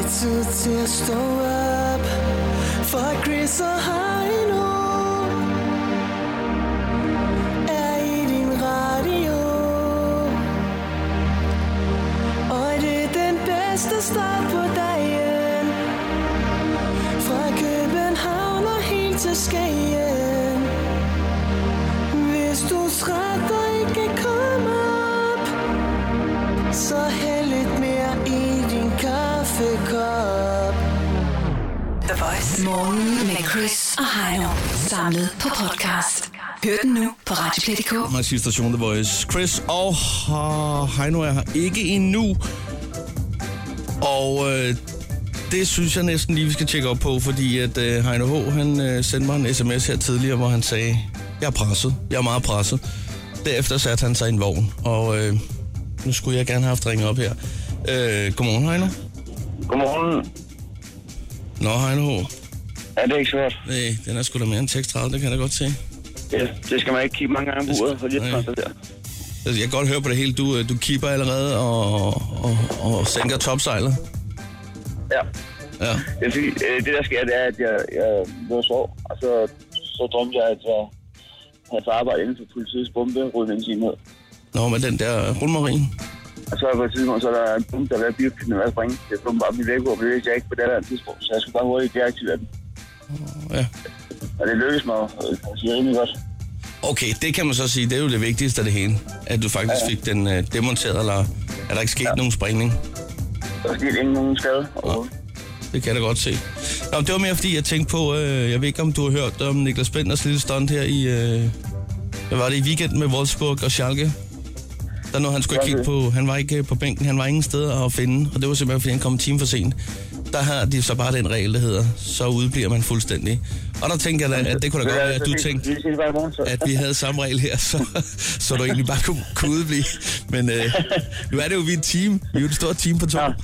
tid til at stå op for Chris og Heino er i din radio. Og det er den bedste start på dagen. Fra København og helt til Skagen. Hvis du er træt og ikke kan komme op, så hæld lidt mere i din kaffekop. The Voice. Morgen med Chris og Heino. Samlet på podcast. Hør den nu på Radioplay.dk. Man siger station The Voice. Chris og Heino er her ikke endnu. Og det synes jeg næsten lige, vi skal tjekke op på, fordi at Heino H. han sendte mig en sms her tidligere, hvor han sagde, jeg er presset. Jeg er meget presset. Derefter satte han sig i en vogn, og nu skulle jeg gerne have haft ringet op her. Godmorgen, Heino. Godmorgen. Nå, Heino H. Ja, det er ikke svært. Nej, den er sgu da mere end tekst 30, det kan jeg da godt se. Ja, det skal man ikke kigge mange gange på uret, for lige at konstatere. Jeg kan godt høre på det hele. Du keeper allerede og sænker topsejlet. Ja. Ja. Det der sker, det er, at jeg lå sov, og så drømte jeg, at jeg havde arbejdet inden for politiets bomberydningsenhed. Nå, med den der rullemarine. Og så på et tidspunkt, så er der en bombe, der er bygget med at springe. Det kom bare blive væk, og det vidste jeg ikke på det der tidspunkt, så jeg skulle bare hurtigt deaktivere den. Ja. Og det lykkedes mig, at sige rimelig godt. Okay, det kan man så sige, det er jo det vigtigste af det hele. At du faktisk fik den demonteret, eller er der ikke sket nogen sprængning? Der er sket ikke nogen skade. Det kan jeg da godt se. Nå, det var mere fordi, jeg tænkte på, jeg ved ikke, om du har hørt om Niklas Benders lille stunt her i, hvad var det, i weekenden med Wolfsburg og Schalke? Der nåede han skulle ikke kigge på, han var ikke på bænken, han var ingen steder at finde, og det var simpelthen, fordi han kom en time for sent. Der har de så bare den regel, der hedder, så udbliver man fuldstændig. Og der tænker jeg da, at det kunne da godt være, at du tænkte, at vi havde samme regel her, så du egentlig bare kunne udblive. Men nu er det jo, vi er et team. Vi er jo et stort team på to. Ja.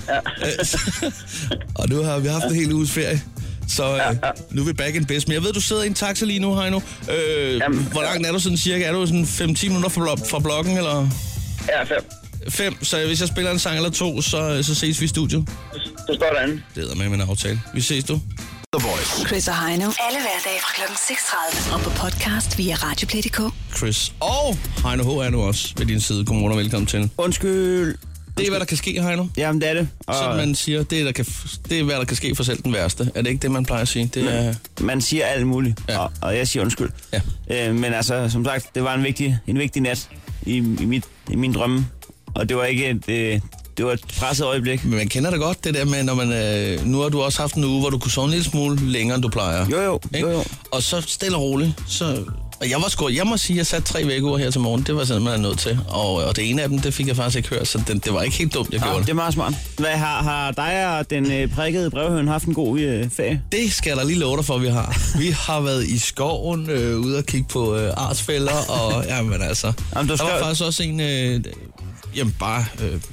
Og nu har vi haft en hel uges ferie. Så nu er vi back in business. Men jeg ved, du sidder i en taxa lige nu, Heino. Hvor langt er du sådan cirka? Er du sådan 5-10 minutter fra blokken, eller? Ja, 5, så hvis jeg spiller en sang eller to, så ses vi i studiet. Så står der andet. Det er med min aftale. Vi ses, du. The Voice. Chris og Heino. Alle hverdage fra klokken 6:30. Og på podcast via Radioplay.dk. Chris og Heino H. er nu også ved din side. Godmorgen og velkommen til. Undskyld. Det er, hvad der kan ske, Heino. Jamen, det er det. Og som man siger, det er, hvad der kan ske for selv den værste. Er det ikke det, man plejer at sige? Det er... Man siger alt muligt, ja. og jeg siger undskyld. Ja. Men altså, som sagt, det var en vigtig nat i min drømme. Og det var ikke det var et presset øjeblik. Men man kender det godt, det der med, når man... nu har du også haft en uge, hvor du kunne sove en lille smule længere, end du plejer. Jo. Og så stille og roligt, så... Og jeg må sige, at jeg satte 3 vækkeur her til morgen. Det var sådan, man er nødt til. Og det ene af dem, det fik jeg faktisk ikke hørt, så det var ikke helt dumt, jeg gjorde det. Det er meget smart. Hvad har dig og den prikkede brevhøn haft en god ferie? Det skal jeg da lige love dig for, vi har. Vi har været i skoven, ude og kigge på artsfælder, og jamen altså... Jamen, der var faktisk også en... jamen bare...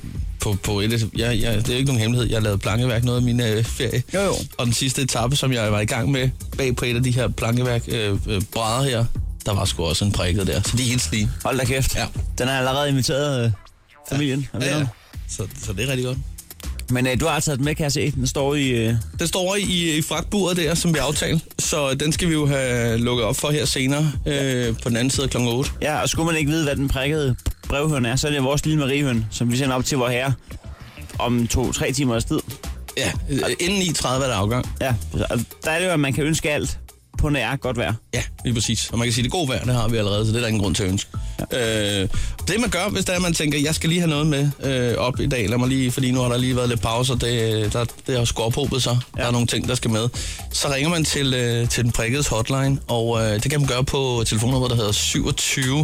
På et, det er ikke nogen hemmelighed. Jeg har lavet plankeværk noget af min ferie. Jo. Og den sidste etape, som jeg var i gang med, bag på et af de her plankeværk brædder her, der var sgu også en prikket der. Så de er helt slige. Hold da kæft. Ja. Den har allerede inviteret familien. Ja. Så det er rigtig godt. Men du har taget den med, kan jeg se. Den står i... Den står i fragtburet der, som vi aftalte. Så den skal vi jo have lukket op for her senere, på den anden side kl. 8. Ja, og skulle man ikke vide, hvad den prikkede brevhøn er, så er det vores lille Mariehøn, som vi sender op til vor herre om 2-3 timers tid. Ja, inden 9:30 er der afgang. Ja, der er det jo, at man kan ønske alt på nær godt vejr. Ja, lige præcis. Og man kan sige, det gode vejr, det har vi allerede, så det er der ingen grund til at ønske. Ja. Det man gør, hvis der er, man tænker, jeg skal lige have noget med op i dag, lad mig lige, fordi nu har der lige været lidt pauser, det har sgu ophobet sig, der er nogle ting, der skal med. Så ringer man til den prikkedes hotline, og det kan man gøre på telefonnummer, der hedder 27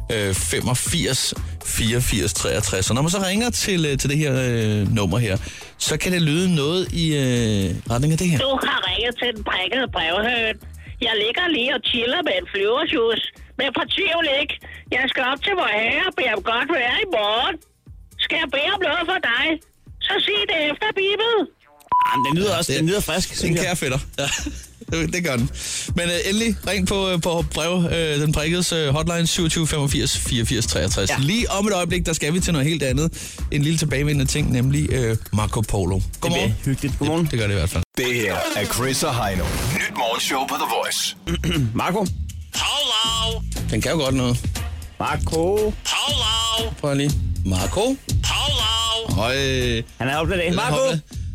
85 84 63. Og når man så ringer til det her nummer her, så kan det lyde noget i retning af det her. Du har ringet til den prikkede brevhøn. Jeg ligger lige og chiller med en flyvershus. Men fortvivl ikke. Jeg skal op til vor herre og bede om godt vejr i morgen. Skal jeg bede om noget for dig? Så sig det efter, Bibel. Jamen, den lyder frisk. En kære fætter. Ja. Det gør den. Men endelig ring på brev, den prikkes hotline 27 85 84 63. Ja. Lige om et øjeblik, der skal vi til noget helt andet. En lille tilbagevendende ting, nemlig Marco Polo. Godmorgen. Det bliver hyggeligt. Godmorgen. Det gør det i hvert fald. Det her er Chris og Heino. Nyt morgenshow på The Voice. Marco. Hello. Den kan jo godt noget. Marco. Hello. Prøv lige. Marco. Hello. Høj. Han er oppe i dag. Marco.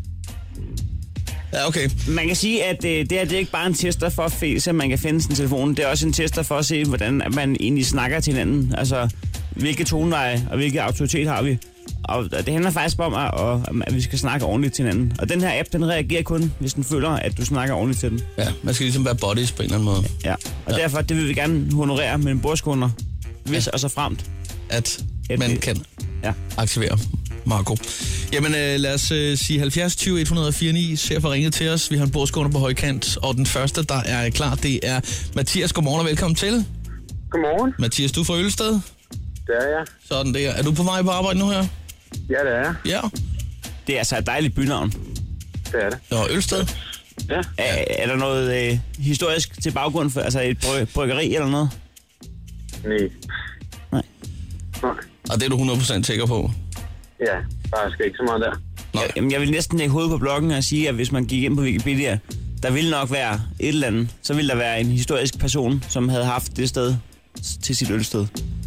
Ja, okay. Man kan sige, at det er ikke bare en tester for at fæse, man kan finde sin telefon. Det er også en tester for at se, hvordan man egentlig snakker til hinanden. Altså, hvilke toneveje og hvilke autoritet har vi. Og det handler faktisk om, at vi skal snakke ordentligt til hinanden. Og den her app, den reagerer kun, hvis den føler, at du snakker ordentligt til den. Ja, man skal ligesom være buddies på en eller anden måde. Ja, og derfor, det vil vi gerne honorere med en bordskunder, hvis og så fremt. At man kan aktivere Marco. Jamen lad os sige 70 20 104 9. Se for ringet til os. Vi har en bordskunder på højkant. Og den første, der er klar, det er Mathias. Godmorgen og velkommen til. Godmorgen. Mathias, du er fra Ølsted? Det er jeg. Sådan der. Er du på vej på arbejde nu her? Ja, det er jeg. Ja. Det er altså et dejligt bynavn. Det er det. Nå, Ølsted? Ja. Er der noget historisk til baggrund for, altså et bryggeri eller noget? Nej. Og det er du 100% sikker på? Ja, faktisk ikke så meget der. Jamen, jeg vil næsten lægge hovedet på blokken og sige, at hvis man gik ind på Wikipedia, der ville nok være et eller andet. Så ville der være en historisk person, som havde haft det sted til sit ølsted.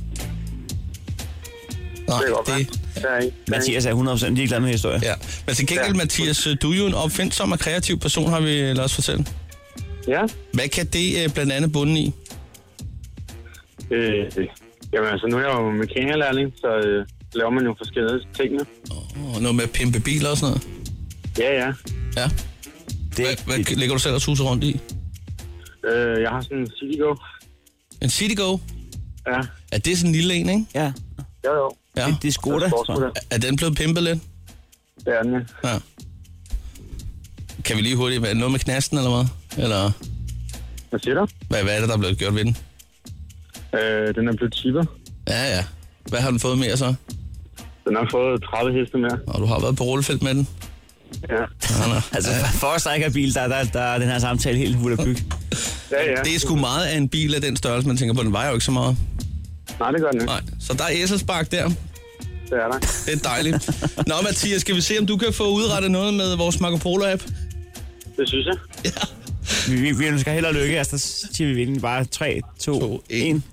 Nej, det er godt, det er ikke. Mathias er 100% ligeglad med historie. Ja, men til gengæld, Mathias, du er jo en opfindsom og kreativ person, har vi ladet os fortælle. Ja. Hvad kan det blandt andet bunde i? Jamen altså, nu er jeg jo mekanikerlærling, så laver man jo forskellige ting. Noget med at pimpe biler og sådan noget? Ja. Ja. Hvad lægger du selv og suser rundt i? Jeg har sådan en Citigo. En Citigo? Ja. Er det sådan en lille en, ikke? Ja. Jo. Ja. Det er Skoda. Er den blevet pimpet lidt? Det er den, ja. Kan vi lige hurtigt være noget med knasten, eller hvad? Eller... Hvad siger du? Hvad er det, der er blevet gjort ved den? Den er blevet cheaper. Ja. Hvad har den fået mere så? Den har fået 30 heste mere. Og du har været på rullefelt med den? Ja. Altså, for os, der ikke er bil, der er den her samtale helt hulderbyg. Ja. Det er sgu meget af en bil af den størrelse, man tænker på. Den vejer jo ikke så meget. Nej, det gør den ikke. Nej, så der er æselspark der. Det er der. Det er dejligt. Nå, Mathias, skal vi se, om du kan få udrettet noget med vores Marco Polo-app? Det synes jeg. Ja. Vi ønsker held og lykke. Altså, så siger vi egentlig bare 3, 2, 1.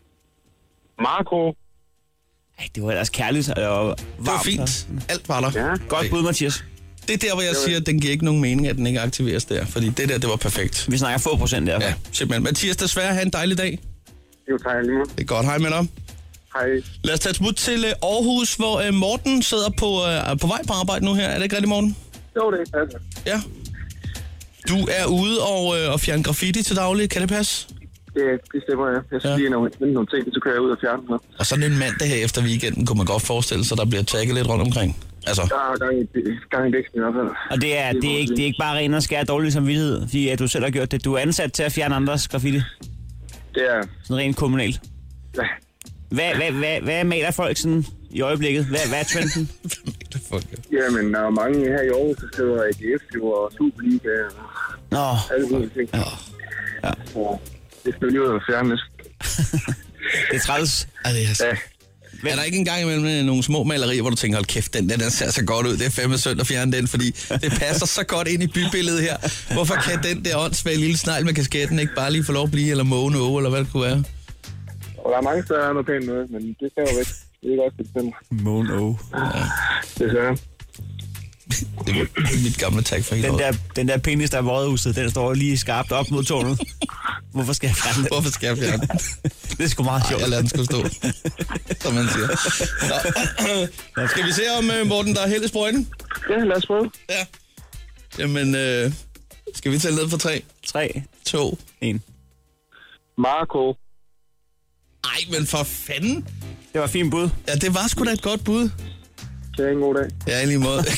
Marco. Ej, det var ellers kærligt og varmt. Det var fint. Alt var der. Ja. Godt bud, Mathias. Det er der, hvor jeg siger, at den giver ikke nogen mening, at den ikke aktiveres der. Fordi det der, det var perfekt. Vi snakker få procent der. Ja, simpelthen. Mathias, desværre, have en dejlig dag. Jo, tak lige meget. Det er godt. Hej med dig. Hej. Lad os tage et smut til Aarhus, hvor Morten sidder på vej på arbejde nu her. Er det ikke rigtigt, Morten? Jo, det er det. Ja. Du er ude og fjerne graffiti til daglig. Kan det passe? Det stemmer, ja. Jeg skal lige nogle ting, så kører jeg ud og fjerne dem. Og sådan en mandag her efter weekenden, kunne man godt forestille sig, der bliver tagget lidt rundt omkring. Altså. Der er gang i dæksen i hvert fald. Og det er ikke bare ren og skær dårlig samvittighed, fordi at du selv har gjort det. Du er ansat til at fjerne andres graffiti. Det er... Sådan rent kommunalt. Ja. Hvad maler folk sådan i øjeblikket? Hvad er trenden? Jamen, der er mange her i Aarhus, der skriver AGF og Superliga og alle mulige ting. Ja. Så det skal lige ud og fjerne lidt. Det er træls. Er der ikke engang imellem nogle små malerier, hvor du tænker, hold kæft, den ser så godt ud, det er fandme synd at fjerne den, fordi det passer så godt ind i bybilledet her. Hvorfor kan den der åndssvage lille snegl med kasketten ikke bare lige få lov at blive, eller måne over, eller hvad det kunne være? Og der er mange steder, der er noget pænt noget, men det skal jo væk. Det er godt bestemt. Måne Det er det er mit gamle tag for hele den der penis, der er vådhuset, den står lige skarpt op mod tårnet. Hvorfor skal jeg fjerne den? Hvorfor skal jeg fjerne den? Det er sgu meget sjovt. Jeg lader den sgu stå, som man siger. Nå. Skal vi se om Morten, der er held i sprøjten? Ja, lad os prøve. Ja. Jamen, skal vi tælle ned for 3? 3, 2, 1. Marco. Ej, men for fanden. Det var fint bud. Ja, det var sgu da et godt bud. Det er en god dag. Ja, i lige måde. Det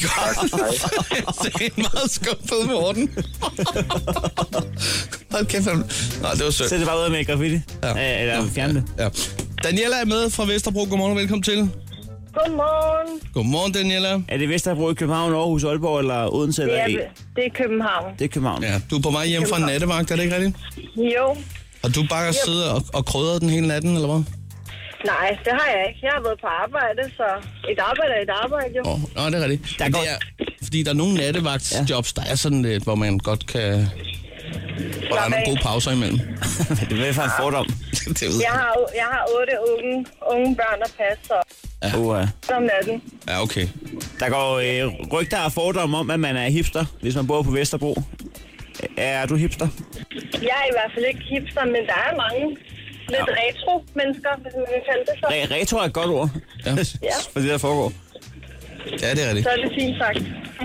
er en meget skuffet Morten. Hold kæft. Nej, det var sødt. Så det bare ud med graffiti? Ja. Eller fjerne det? Ja. Daniela er med fra Vesterbro. Godmorgen og velkommen til. Godmorgen. Godmorgen, Daniela. Er det Vesterbro i København, Aarhus, Aalborg eller Odense? Det eller er København. Det er København. Ja, du er på vej hjem fra en nattevagt, er det ikke rigtigt? Jo. Har du bare siddet og krydret den hele natten, eller hvad? Nej, det har jeg ikke. Jeg har været på arbejde, så et arbejde er et arbejde, jo. Nå, det er rigtigt. Fordi der er nogle nattevagtsjobs, der er sådan lidt, hvor man godt kan... Hvor der er nogle gode pauser imellem. Det er for en fordom. Jeg har 8 unge børn at passe, så om natten. Ja, okay. Der går rygter og fordomme om, at man er hipster, hvis man bor på Vesterbro. Er du hipster? Jeg er i hvert fald ikke hipster, men der er mange lidt retro-mennesker, hvis man vil kalde det så. Retro er et godt ord. Ja. For det, der foregår. Ja, det er rigtigt. Så er det fint sagt.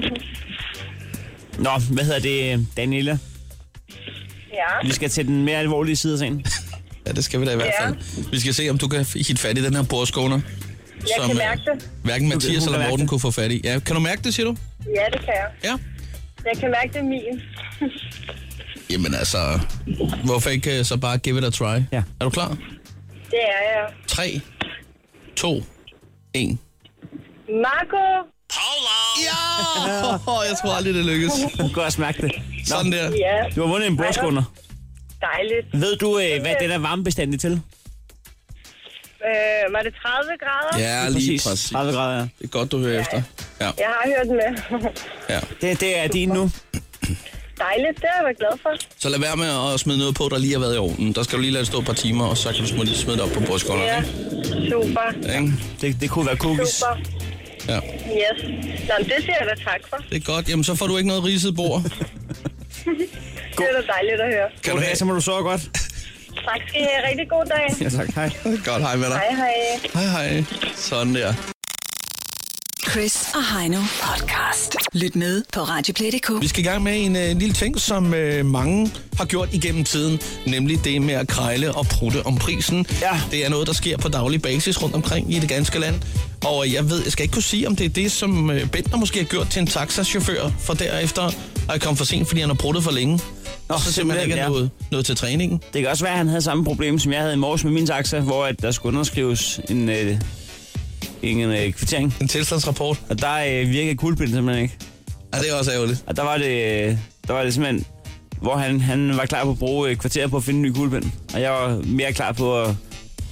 Nå, hvad hedder det, Daniela? Ja. Vi skal til den mere alvorlige side af sagen. Ja, det skal vi da i hvert fald. Vi skal se, om du kan hitte fat i den her bordskåner. Jeg kan mærke det. Hverken Mathias eller Morten kunne få fat i. Ja, kan du mærke det, siger du? Ja, det kan jeg. Ja. Jeg kan mærke det min. Jamen altså, hvorfor ikke så bare give it a try? Ja. Er du klar? Det er jeg. 3, 2, 1. Marco! Ja! Jeg tror aldrig, det lykkes. Du kan også mærke det. Sådan der. Ja. Du har vundet en bordskåner. Dejligt. Ved du, hvad den er varmebestandig til? Var det 30 grader? Ja, lige præcis. 30 grader, ja. Det er godt, du hører efter. Ja. Jeg har hørt med. Ja. Det er din nu. Dejligt, det er jeg været glad for. Så lad være med at smide noget på, der lige har været i ovnen. Der skal du lige lade det stå et par timer, og så kan du smide det op på bordskåneren. Ja, super. Ja, det kunne være cookies. Super. Ja. Yes. Nå, det siger jeg da tak for. Det er godt. Jamen, så får du ikke noget ridset bord. Det er da dejligt at høre. Kan du have? Så må du sove godt. Tak skal I have. Rigtig god dag. Ja, tak. Hej. Godt, hej med dig. Hej, hej. Hej, hej. Sådan der. Chris og Heino podcast. Lyt med på radioplay.dk. Vi skal i gang med en lille ting, som mange har gjort igennem tiden, nemlig det med at krejle og prutte om prisen. Ja. Det er noget, der sker på daglig basis rundt omkring i det ganske land. Og jeg skal ikke kunne sige, om det er det, som Bentner måske har gjort til en taxachauffør, for derefter at komme for sent, fordi han har pruttet for længe. Og så simpelthen ikke er noget til træningen. Det kan også være, at han havde samme problem, som jeg havde i morges med min taxa, hvor der skulle underskrives en kvittering. En tilstandsrapport. Og der virkede kuglepinden simpelthen ikke. Ja, det er også ærgerligt. Og der var det simpelthen, hvor han var klar på at bruge et kvarter på at finde en ny kuglepind. Og jeg var mere klar på at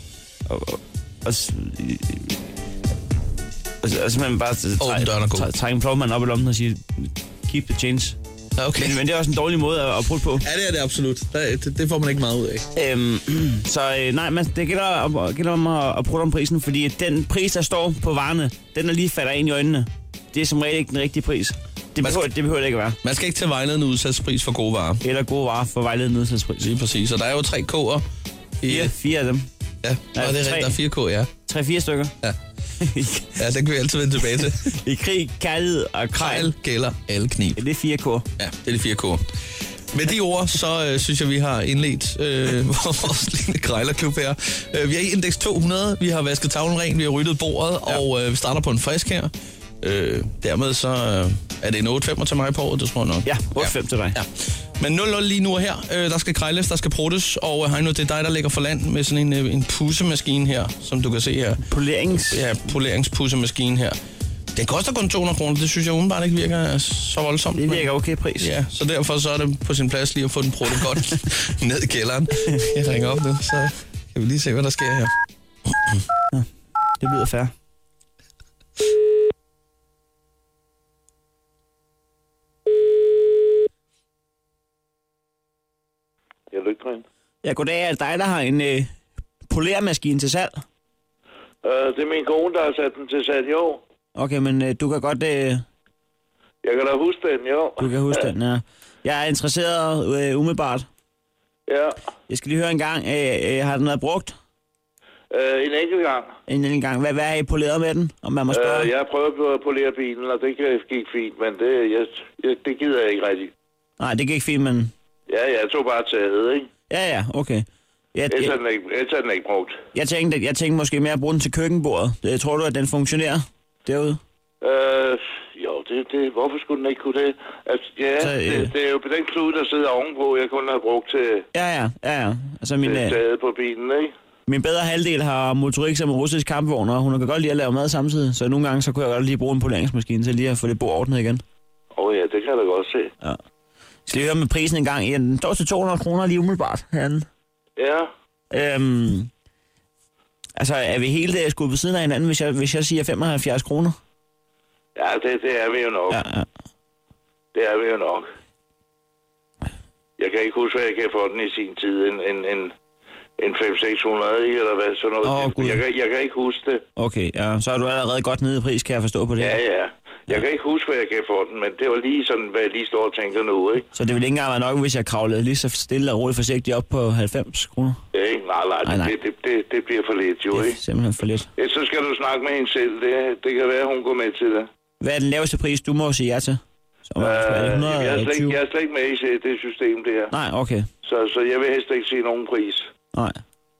simpelthen bare trække en plovmand op i lommen og sige, keep the change. Ja, okay. Men det er også en dårlig måde at prutte på. Ja, det er det absolut. Det får man ikke meget ud af. Nej, men det gælder om at prutte om prisen, fordi den pris, der står på varerne, den der lige falder ind i øjnene, det er som regel ikke den rigtige pris. Det behøver det ikke at være. Man skal ikke tage vejledende udsalgspris for gode varer. Eller gode varer for vejledende udsalgspris. Lige præcis. Og der er jo 3 K'er. 4 af dem. Ja, det er rigtigt. Der er 4 K'er, ja. 3-4 stykker. Ja. Ja, den kan vi altid vende tilbage til. I krig, kærlighed og krejl gælder alle knib. Ja, det er 4 K'er. Ja, det er de 4 K'er. Med de ord, så synes jeg, vi har indledt vores lille krejlerklub her. Vi er i indeks 200, vi har vasket tavlen ren, vi har ryddet bordet, og vi starter på en frisk her. Dermed så er det en 8-5 til mig på året, det tror jeg nok. Ja, 8-5 til dig. Ja. Men 0-0 lige nu her. Der skal krejles, der skal pruttes, og Heino, det er dig, der ligger for land med sådan en pussemaskine her, som du kan se her. Poleringspusemaskine her. Den koster kun 200 kroner, det synes jeg umiddelbart ikke virker så voldsomt. Det virker okay pris. Ja, så derfor så er det på sin plads lige at få den pruttet godt ned i kælderen. Jeg ringer op nu, så kan vi lige se, hvad der sker her. Ja, det lyder fair. Ja, goddag. Er det dig, der har en polermaskine til salg? Det er min kone, der har sat den til salg, jo. Okay, men du kan godt... Jeg kan da huske den, jo. Du kan huske den, ja. Jeg er interesseret umiddelbart. Ja. Jeg skal lige høre en gang. Har den været brugt? En enkelt gang. En enkelt gang. Hvad har I poleret med den, om man må spørge? Jeg har prøvet at polere bilen, og det gik fint, men det gider jeg ikke rigtigt. Nej, det gik fint, men... Ja, jeg tog bare taget, ikke? Ja, okay. Ellers er den ikke brugt. Jeg tænkte måske mere at bruge den til køkkenbordet. Tror du, at den fungerer derude? Jo, hvorfor skulle den ikke kunne det? Altså, ja, så, det er jo på den klude, der sidder ovenpå, jeg kun har brugt til... Ja. Altså min... taget på bilen, ikke? Min bedre halvdel har motorik som en russisk kampvogn, og hun kan godt lide at lave mad samtidig. Så nogle gange så kunne jeg godt lige bruge en poleringsmaskine til lige at få det bord ordnet igen. Ja, det kan jeg da godt se. Ja. Skal lige høre med prisen en gang. Den står til 200 kroner lige umiddelbart herinde. Ja. Altså, er vi helt skudt på siden af hinanden, hvis jeg siger 75 kroner? Ja, det er vi jo nok. Ja. Det er vi jo nok. Jeg kan ikke huske, hvad jeg gav for den i sin tid. En 500-600, ikke? Eller hvad, sådan noget. Jeg kan ikke huske det. Okay, ja. Så er du allerede godt nede i pris, kan jeg forstå på det. Ja. Jeg kan ikke huske, hvad jeg gav for den, men det var lige sådan, hvad jeg lige står og tænker nu, ikke? Så det ville ikke engang være nok, hvis jeg kravlede lige så stille og roligt forsigtigt op på 90 kroner? Ja, ikke? Nej. Det bliver for lidt, jo, ikke? Det er simpelthen for lidt. Ja, så skal du snakke med hende selv. Det kan være, hun går med til det. Hvad er den laveste pris, du må sige ja til? Jeg er slet ikke med i det system, det her. Nej, okay. Så jeg vil helst ikke sige nogen pris. Nej.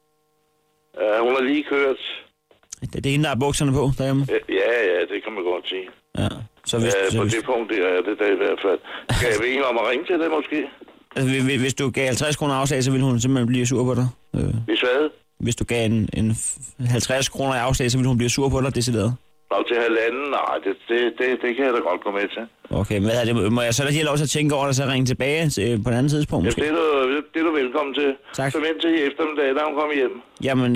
Hun har lige kørt. Det er hende, der har bukserne på derhjemme? Ja, det kan man godt sige. Ja. Så hvis, på det punkt der er det der i hvert fald. Skal jeg være om at ringe til det måske? Altså, hvis du gav 50 kroner afslag, så ville hun simpelthen blive sur på dig? Hvis hvad? Hvis du gav en 50 kroner i afslag, så ville hun blive sur på dig, decideret? Nå, til halvanden? Nej, det kan jeg da godt gå med til. Okay, men må jeg så da lige lov til at tænke over det, så ringe tilbage på et andet tidspunkt? Ja, det er du velkommen til. Tak. Så vent til i eftermiddag, da hun kommer hjem. Jamen,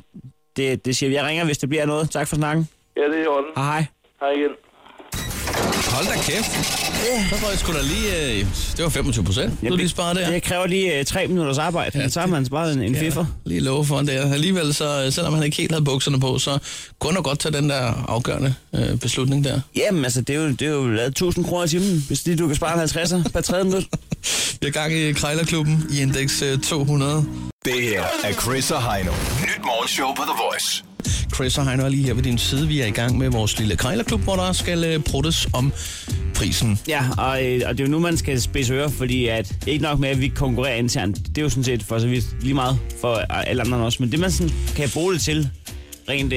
det siger vi. Jeg ringer, hvis det bliver noget. Tak for snakken. Ja, det er i orden. Hej. Hej igen. Hold da kæft. Så får jeg sgu da lige... det var 25%, du lige sparede der. Det kræver lige 3 minutters arbejde. Ja, så har man sparet en fiffer. Lige love for det. Alligevel, så, selvom han ikke helt havde bukserne på, så kunne han godt tage den der afgørende beslutning der. Jamen, altså, det er jo lavet 1000 kroner i timen, hvis du kan spare en 50'er per 30 minut. Vi er i gang i Krejlerklubben i indeks 200. Det her er Chris og Heino. Nyt morgenshow på The Voice. Chris og Heino er lige her ved din side. Vi er i gang med vores lille Krejlerklub, hvor der skal pruttes om prisen. Ja, og det er jo nu, man skal spidse ører, fordi at ikke nok med, at vi konkurrerer internt. Det er jo sådan set for så vidt lige meget for alle andre også. Men det, man sådan kan bruge det til, rent...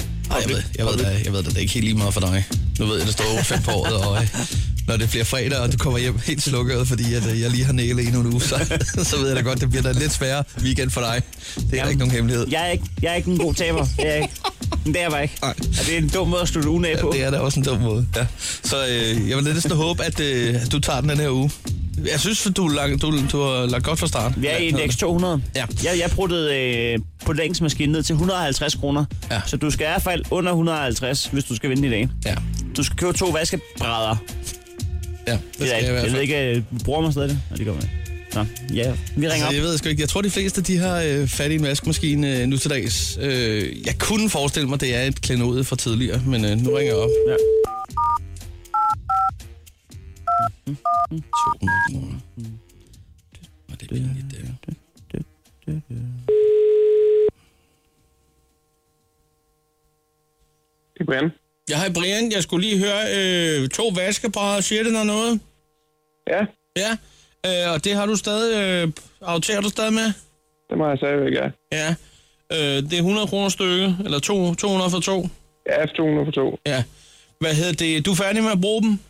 Jeg ved da, det er ikke helt lige meget for dig. Nu ved jeg, det står 5 på året, og når det bliver fredag, og du kommer hjem helt til lukket, fordi at jeg lige har nælet endnu en uge, så ved jeg da godt, det bliver da en lidt sværere weekend for dig. Det er da ikke nogen hemmelighed. Jeg er ikke en god taber. Det er jeg ikke. Men det er jeg bare ikke. Og det er en dum måde at slutte ugen af på. Det er da også en dum måde. Ja. Så jeg vil lidt håbe, at du tager den her uge. Jeg synes, du har lagt godt fra start. Vi er i indeks 200. Ja. Jeg pruttede på længsmaskinen ned til 150 kroner. Ja. Så du skal i hvert fald under 150, hvis du skal vinde i dag. Ja. Du skal købe 2 vaskebrædder. Ja, det skal jeg i hvert fald. Jeg ved ikke, bruger man stadig det? Ja, det gør man. Nå, ja, vi ringer op. Jeg ved sgu ikke. Jeg tror, de fleste de har fat i en vaskemaskine nu til dags. Jeg kunne forestille mig, det er et klenode fra tidligere, men nu ringer jeg op. Ja. 200 kroner. Og det bliver lidt der. Det er Brian. Ja, hej Brian. Jeg skulle lige høre 2 vaskebrædder. Siger det noget? Ja. Ja. Og det har du stadig... aftager du stadig med? Det må jeg stadigvæk, ja. Ja. Det er 100 kroner stykke, eller 200 for 2? Ja, 200 for 2. Ja. Hvad hedder det? Du er færdig med at bruge dem?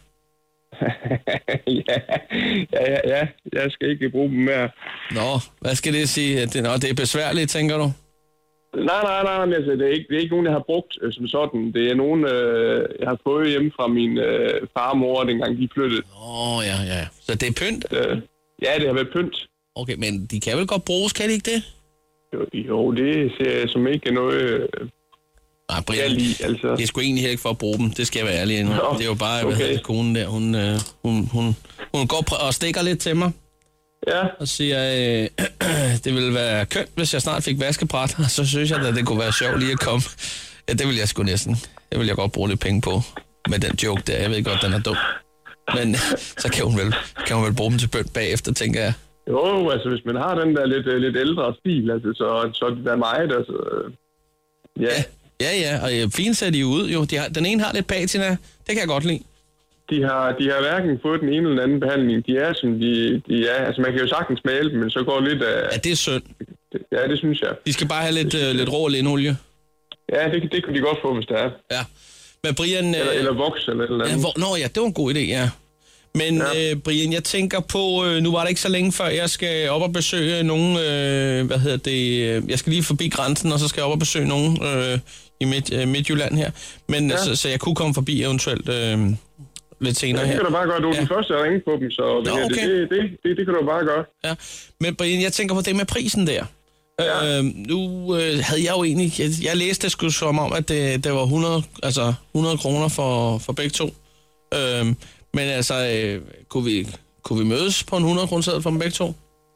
ja. Jeg skal ikke bruge dem mere. Nå, hvad skal det sige? Det er besværligt, tænker du? Nej, altså, det er ikke nogen, jeg har brugt som sådan. Det er nogen, jeg har fået hjemme fra min far og mor, dengang de flyttede. Ja. Så det er pynt? Ja, det har været pynt. Okay, men de kan vel godt bruges, kan de ikke det? Jo, det ser jeg som ikke noget... Nej, Brian, det er sgu egentlig ikke for at bruge dem. Det skal jeg være ærlig endnu. Det er jo bare, hvad konen der, hun går og stikker lidt til mig. Ja. Og siger, det ville være kønt, hvis jeg snart fik vaskebræt. Og så synes jeg, at det kunne være sjovt lige at komme. Ja, det vil jeg sgu næsten. Det vil jeg godt bruge lidt penge på. Med den joke der. Jeg ved godt, den er dum. Men så kan hun vel bruge dem til bøn bagefter, tænker jeg. Jo, altså hvis man har den der lidt ældre stil, altså, så det er meget, altså... Ja. Ja, og fint ser de ud, jo. Den ene har lidt patina, det kan jeg godt lide. De har hverken fået den ene eller anden behandling. De er, som de er. Altså, man kan jo sagtens male dem, men så går lidt af... Ja, det er synd. Ja, det synes jeg. De skal bare have lidt rå linolie. Ja, det kunne de godt få, hvis det er. Ja. Men Brian... Eller voks eller andet. Ja, det var en god idé, ja. Men Brian, jeg tænker på, nu var det ikke så længe før, jeg skal op og besøge nogen, jeg skal lige forbi grænsen, og så skal jeg op og besøge nogen i Midtjylland her. Men så jeg kunne komme forbi eventuelt lidt senere her. Det kan du bare gøre. Du er den første at ringe på dem, så det kan du bare gøre. Ja. Men Brian, jeg tænker på det med prisen der. Ja. Nu havde jeg jo egentlig, jeg læste det sgu som om, at det var 100 kroner for begge to. Men altså, kunne vi mødes på en 100 kroner seddel for dem begge to?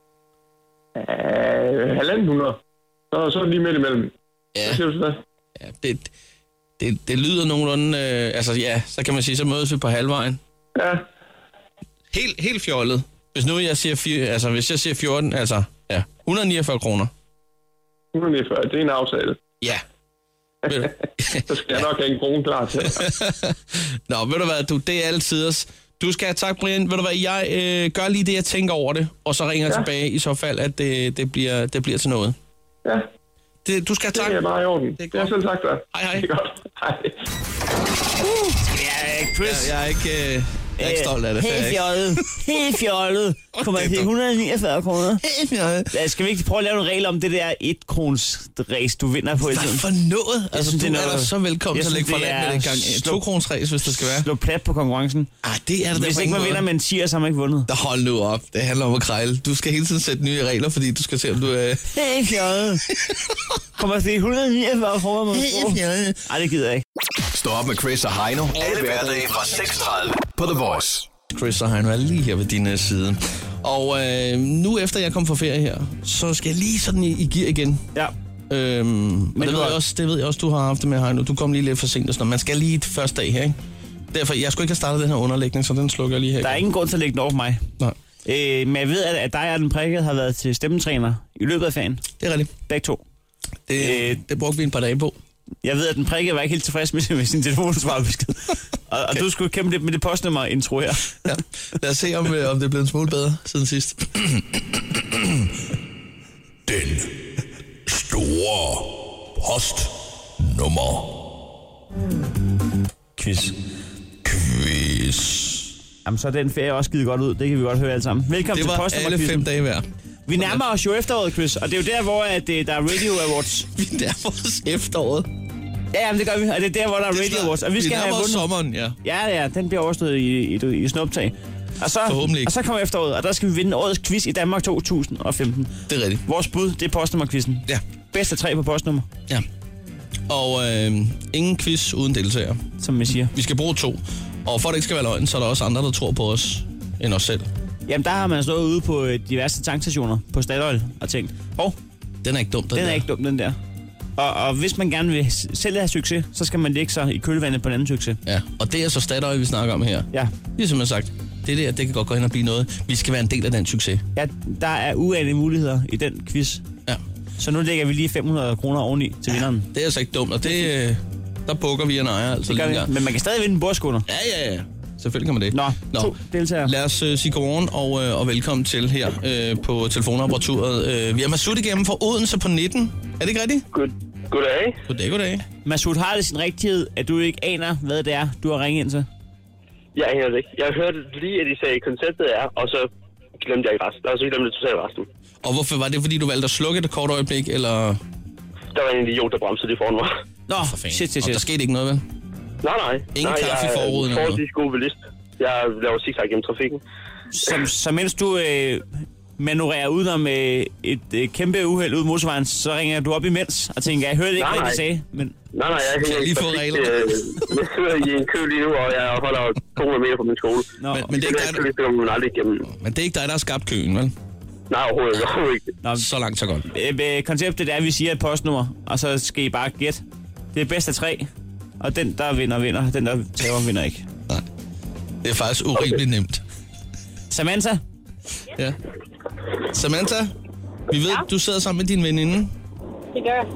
150. Så er det lige midt imellem. Ja. Hvad siger du så? Ja, det lyder nogenlunde, så kan man sige, så mødes vi på halvvejen. Ja. Helt fjollet. Hvis nu jeg siger, hvis jeg siger 14, 149 kroner. 149, det er en aftale. Ja. Så skal jeg nok have en krone klar til. Nå, ved du hvad, det er altid. Du skal have tak, Brian. Ved du hvad, jeg gør lige det, jeg tænker over det, og så ringer jeg tilbage i så fald, at det bliver til noget. Ja. Du skal have tak. Det er bare i orden. Det er selv sagt der. Hej. Det er godt. Hej. Chris. Jeg er ikke stolt af det. Helt fjollet. Kommer til 149 kroner. Helt fjollet. Skal vi ikke prøve at lave nogle regler om det der 1-krons race, du vinder på? Hvad for noget? Altså, du er da så velkommen til at lægge for land med det gang. 2-krons race, hvis det skal være. Slå plat på konkurrencen. Det er det. Hvis ikke man vinder med en 10'er, så har man ikke vundet. Der hold nu op. Det handler om at krejle. Du skal hele tiden sætte nye regler, fordi du skal se, om du er... Helt fjollet. Kommer til 149 kroner. Helt fjollet. Ej, det gider jeg ikke. Stå op med Chris og Heino. Alle hverdage fra 6:30 på The Voice. Chris og Heino er lige her ved din side. Og nu efter jeg kom fra ferie her, så skal jeg lige sådan i gear igen. Ja. Men det ved jeg også, du har haft det med, Heino. Du kom lige lidt for sent og sådan noget. Man skal lige et første dag her, ikke? Derfor, jeg skulle ikke have startet den her underlægning, så den slukker jeg lige her. Der er ingen grund til at lægge den over for mig. Nej. Men jeg ved, at dig og den prikket har været til stemmetræner i løbet af ferien. Det er rigtigt. Begge to. Det brugte vi en par dage på. Jeg ved, at den prikket var ikke helt tilfreds med sin telefonsvarbesked. Og du skulle kæmpe lidt med det postnummer-intro her. Ja. Lad os se, om det er blevet en smule bedre siden sidst. Den store postnummer. Quiz. Jamen, så er den ferie også givet godt ud. Det kan vi godt høre alle sammen. Velkommen til postnummer. Det var alle 5 dage hver. Vi nærmer os jo efteråret, Chris, og det er jo der, hvor der er Radio Awards. Vi nærmer os efteråret. Ja, men det gør vi, og det er der, hvor der er Radio Awards. Og vi skal have vundet sommeren, ja. Ja, den bliver overstået i snuptag. Og så kommer efteråret, og der skal vi vinde årets quiz i Danmark 2015. Det er rigtigt. Vores bud, det er postnummerquizzen. Ja. Bedste 3 på postnummer. Ja. Og ingen quiz uden deltager. Som man siger. Vi skal bruge 2. Og for at det ikke skal være løgn, så er der også andre, der tror på os end os selv. Jamen, der har man stået ude på diverse tankstationer på Statoil og tænkt, den er ikke dum, den er ikke dum, den der. Og hvis man gerne vil selv have succes, så skal man lægge sig i kølvandet på en anden succes. Ja, og det er så Statoil, vi snakker om her. Ja. Ligesom jeg har sagt, det kan godt gå hen og blive noget. Vi skal være en del af den succes. Ja, der er uanede muligheder i den quiz. Ja. Så nu lægger vi lige 500 kroner oveni til vinderen. Det er altså ikke dumt, og der bukker vi en ejer altså lige en. Men man kan stadig vinde en bordskunder. Ja. Selvfølgelig kan man det. Nå. 2 deltagere. Lad os sige godmorgen og velkommen til her på telefonapparaturet. Vi har Masud igennem fra Odense på 19. Er det ikke rigtigt? Goddag. Goddag. Masud, har det sin rigtighed, at du ikke aner, hvad det er, du har ringet ind til? Jeg aner det ikke. Jeg hørte lige, at I sagde, at konceptet er, og så glemte jeg ikke resten. Og så glemte jeg totalt resten. Og hvorfor var det, fordi du valgte at slukke det kort øjeblik, eller? Der var en idiot, der bremsede det foran mig. Nå, for fanden. Shit. Og der skete ikke noget, vel? Nej. Ingen kaffe i forruden? Jeg er forholdsvis god bilist. Jeg laver zigzag gennem trafikken. Så mens du manøvrerer udenom et kæmpe uheld ud motorvejen, så ringer du op imens og tænker, jeg hørte ikke, hvad de sagde. Men... Nej, jeg hænger lige få regler. Jeg sidder i en kø lige nu, og jeg holder 200 meter fra min skole. Men det er ikke dig, man aldrig igennem. Men det er ikke dig, der har skabt køen, vel? Nej, overhovedet ikke. Nå, så langt, så godt. Konceptet er, at vi siger et postnummer, og så skal I bare gætte. Det er bedst af 3, og den, der vinder. Den, der tager, vinder ikke. Nej. Det er faktisk urimeligt nemt. Samantha? Ja. Samantha, vi ved, du sidder sammen med din veninde. Det gør jeg.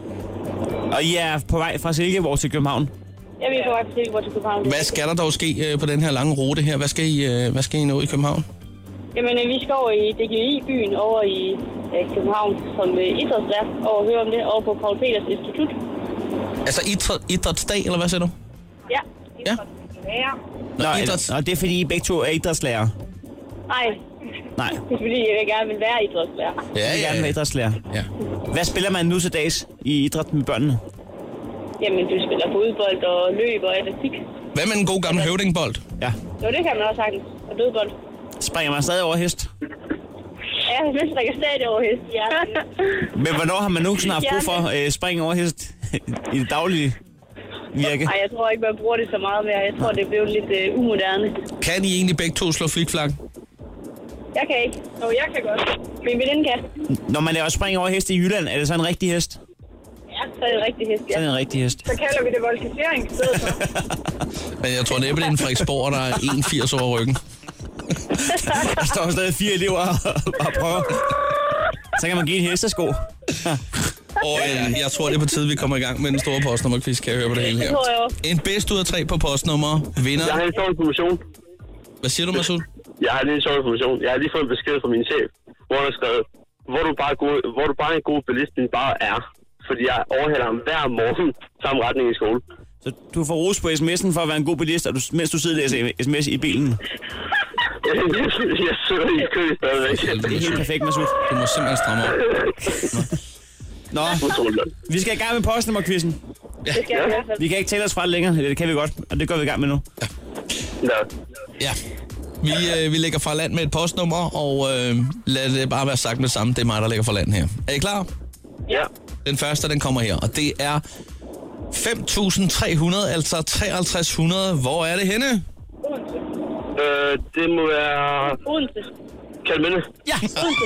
Og I er på vej fra Silkeborg til København? Ja, vi er på vej fra Silkeborg til København. Hvad skal der dog ske på den her lange rute her? Hvad skal I nå i København? Jamen, vi skal over i DGI-byen over i København som idrætslærer og høre om det over på Paul Peters Institut. Altså idrætsdag, eller hvad siger du? Ja. Nå, det er fordi I begge to er idrætslærer. Nej. Nej. Det er fordi, jeg gerne vil være idrætslærer. Jeg vil gerne være idrætslærer. Ja. Hvad spiller man nu til dags i idræt med børnene? Jamen, du spiller fodbold og løb og atletik. Hvad med en god gammel høvdingbold? Ja. Jo, det kan man også sagtens. Og dødbold. Springer man stadig over hest? Ja, jeg springer stadig over hest, ja. Men hvornår har man nogensinde haft brug for springe over hest i det daglige virke? Nej, jeg tror ikke, man bruger det så meget mere. Jeg tror, det er blevet lidt umoderne. Kan I egentlig begge to slå flikflak? Jeg kan ikke. Jo, jeg kan godt. Min veninde kan. Når man laver spring over hest i Jylland, er det så en rigtig hest? Ja, så er det en rigtig hest, ja. Så er det en rigtig hest. Så kalder vi det volkisering i stedet for. Men jeg tror næppe, det er en Frederiksborg, der er 81 over ryggen. Der står stadig 4 elever og prøver. Så kan man give en hestesko. Og jeg tror, det er på tide, vi kommer i gang med den store postnummerquiz. Kan jeg høre på det hele her? En bedst ud af 3 på postnummer vinder. Jeg har en sjov information. Hvad siger du, Masud? Jeg har lige en sjov information. Jeg har lige fået en besked fra min chef, hvor der er skrevet, hvor du bare en god bilist, din bare er. Fordi jeg overhælder ham hver morgen samme retning i skole. Så du får ros på sms'en for at være en god bilist, og mens du sidder og læser sms i bilen? Jeg sidder i kø stadigvæk. Det er helt perfekt, Masud. Du må simpelthen stramme op. Nå, vi skal i gang med postnummerquizzen. Ja. Det skal jeg i hvert fald. Vi kan ikke tælle os fra det længere, det kan vi godt, og det går vi i gang med nu. Ja. Vi lægger fra land med et postnummer, og lad det bare være sagt med det samme. Det er mig, der lægger fra land her. Er I klar? Ja. Den første, den kommer her, og det er 5.300, altså 5300. Hvor er det henne? Det må være... Odense. Kalminde. Ja!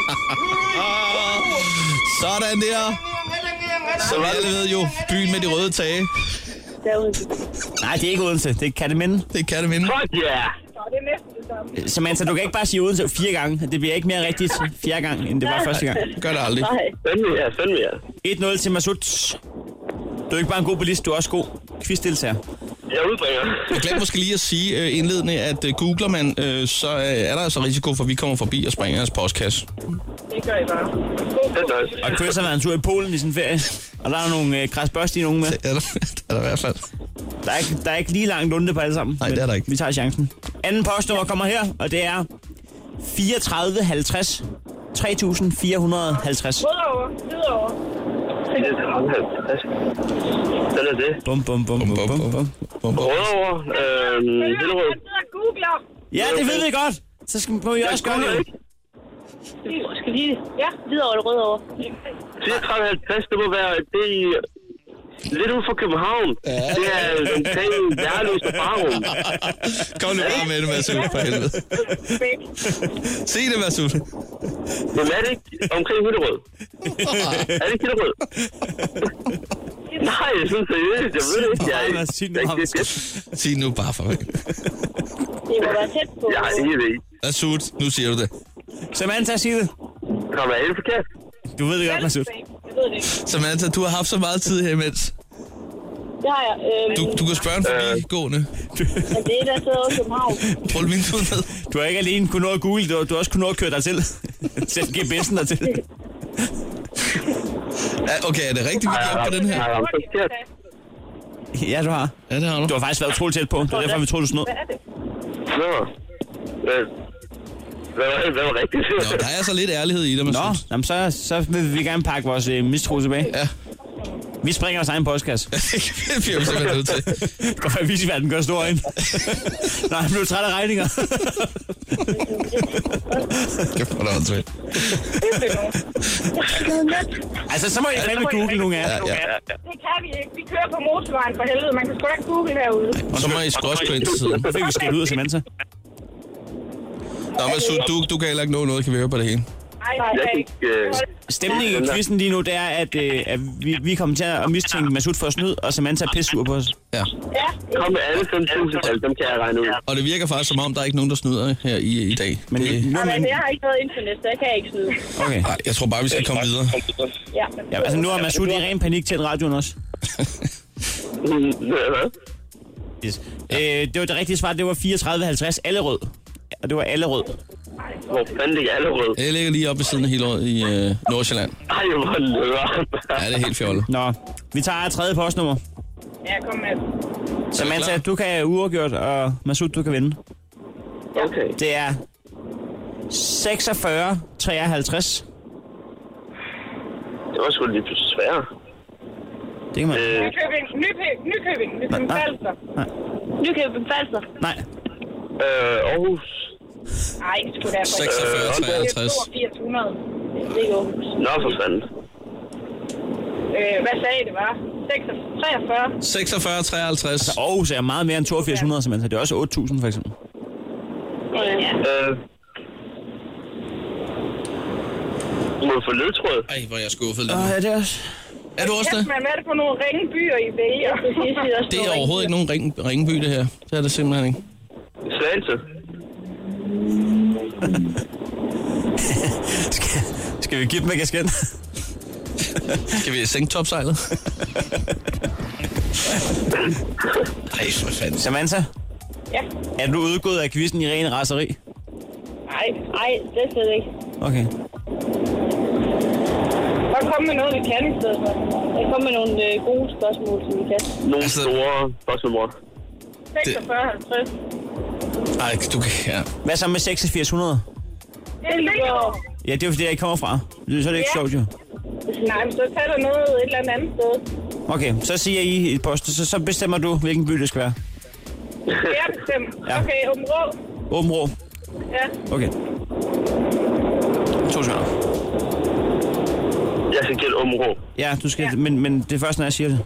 Sådan der. Som alle ved jo, byen med de røde tage. Det er Odense. Nej, det er ikke Odense, det er Kerteminde. Det er Kerteminde. Fuck yeah! Det er næsten det samme. Samantha, du kan ikke bare sige Odense 4 gange. Det bliver ikke mere rigtigt 4 gange, end det var første gang. Gør det aldrig. Fandme ja. 1-0 til Masud. Du er ikke bare en god bilist, du er også god quizdeltager. Jeg udbringer. Jeg glemte måske lige at sige indledende, at googler man, så er der altså risiko for, at vi kommer forbi og springer jeres postkasse. Det gør I bare. Og Chris har været en tur i Polen i sin ferie, og der er nogle græsbørste i nogen med. Det er der i hvert fald. Der er ikke lige langt lunde på alle sammen. Nej, det er der ikke. Vi tager chancen. Anden postnummer kommer her, og det er 3450 3450. Rødovre. Sådan er det. Bum. Rødovre. Hillerød. Ja, det ved vi godt. Så må vi også gøre det. Skal lige... Ja, Hvidovre eller Rødovre. 3450, det må være det i... Lidt ud fra København. Ja. Det er omkring Værløs og Farum. Kom nu bare med det, Masud, for helvede. Sig det, Masud. Jamen er det ikke omkring Hillerød? Er det ikke Hillerød? Nej, jeg synes seriøst. Jeg ved det ikke. Sig nu bare for mig. Det må være tæt på. Jeg har ingen idé. Masud, nu siger du det. Samantha, sig det. Kommer jeg helt forkert? Du ved det godt, Masud. Samantha, du har haft så meget tid her imens. Det har jeg. Du kan spørge en forbigående. Det er der sidder også i København. Prøv vinduet ned. Du har ikke alene kunnet nå at google, du har også kunnet nå at køre dig til. Sæt GPS'en dertil. Ja, okay, er det rigtigt, vi giver på den her? Ja, du har. Ja, det har du. Du har faktisk været utroligt tæt på. Det er derfor, vi troede, du snød. Nå. Hvad var rigtigt? Nå, der er altså lidt ærlighed i det, man synes. Jamen, så vil vi gerne pakke vores mistro tilbage. Ja. Vi springer vores egen postkasse. Det bliver vi simpelthen nødt til. Det går for at vise, at verden gør stor ind. Nej, jeg blev træt af regninger. Kæft, hvor er det åndssvagt. Altså, så må I fandme google nogle af jer. Det kan vi ikke. Vi kører på motorvejen for helvede. Man kan sgu ikke google herude. Og så må I skrås på ind til siden. Så fik vi skæld ud af Samantha. Nå, Masud, du kan heller ikke nå noget, kan vi høre på det hele. Stemningen i quizzen lige nu, det er, at vi kommer til at mistænke Masud for snyd, og Samantha er pissur på os. Ja. Kom med alle 5.000-tal, dem kan jeg regne ud. Og det virker faktisk som om, der er ikke nogen, der snyder her i dag. Men jeg har ikke noget internet, så jeg kan ikke snyde. Okay. Nej, jeg tror bare, vi skal komme videre. Ja, altså nu er Masud i ren panik til radioen også. Yes. Det var det rigtige svar, det var 3450 Allerød. Og det var Allerød. Hvor fanden ligger Allerød? Det ligger lige oppe ved siden af Hillerød i Nordsjælland. Ej, hvor løber. Ja, det er helt fjollet. Nå, vi tager et tredje postnummer. Ja, kom med. Samantha, du kan uafgjort, og Masud, du kan vinde. Okay. Det er 46-53. Det var sgu lige pludselig sværere. Det kan man. Nykøbing Falster. Nykøbing Falster. Nej. Aarhus. Nej, sgu da. 46-53. 8200. Det er Aarhus. Nå, for fanden. Hvad sagde I, det var? 43? 46-53. Altså, Aarhus er meget mere end 8200, Samantha. Det er også 8000, for eksempel. Ja. Må du få ledtråd? Ej, hvor er jeg skuffet lidt. Ja, det er også. Er du også det? Man er det på nogle ringebyer i vælger. Det er overhovedet ikke nogen ringeby, det her. Det er det simpelthen ikke. Slagelse. Skal vi give dem med gasken? Skal vi sænke topsejlet? Ej, for fanden. Samantha? Ja. Er du udgået af quizzen i ren raseri? Nej, det er slet ikke. Okay. Bare kom med noget, vi kan i stedet for. Jeg kom med nogle gode spørgsmål, som vi kan. Nogle store spørgsmål. 46-50. Ej, du kan... Ja. Hvad så med 8600? Det er lige over. Ja, det er fordi, jeg ikke kommer fra. Så er det ikke sjovt, jo. Nej, men så tager der noget et eller andet sted. Okay, så siger I et post, så bestemmer du, hvilken by det skal være. Jeg bestemmer. Ja. Okay, Åben Rå. Åben Rå. Ja. Okay. 2 sekunder. Jeg skal gætte Åben Rå. Ja, du skal, ja. Men det er først, når jeg siger det.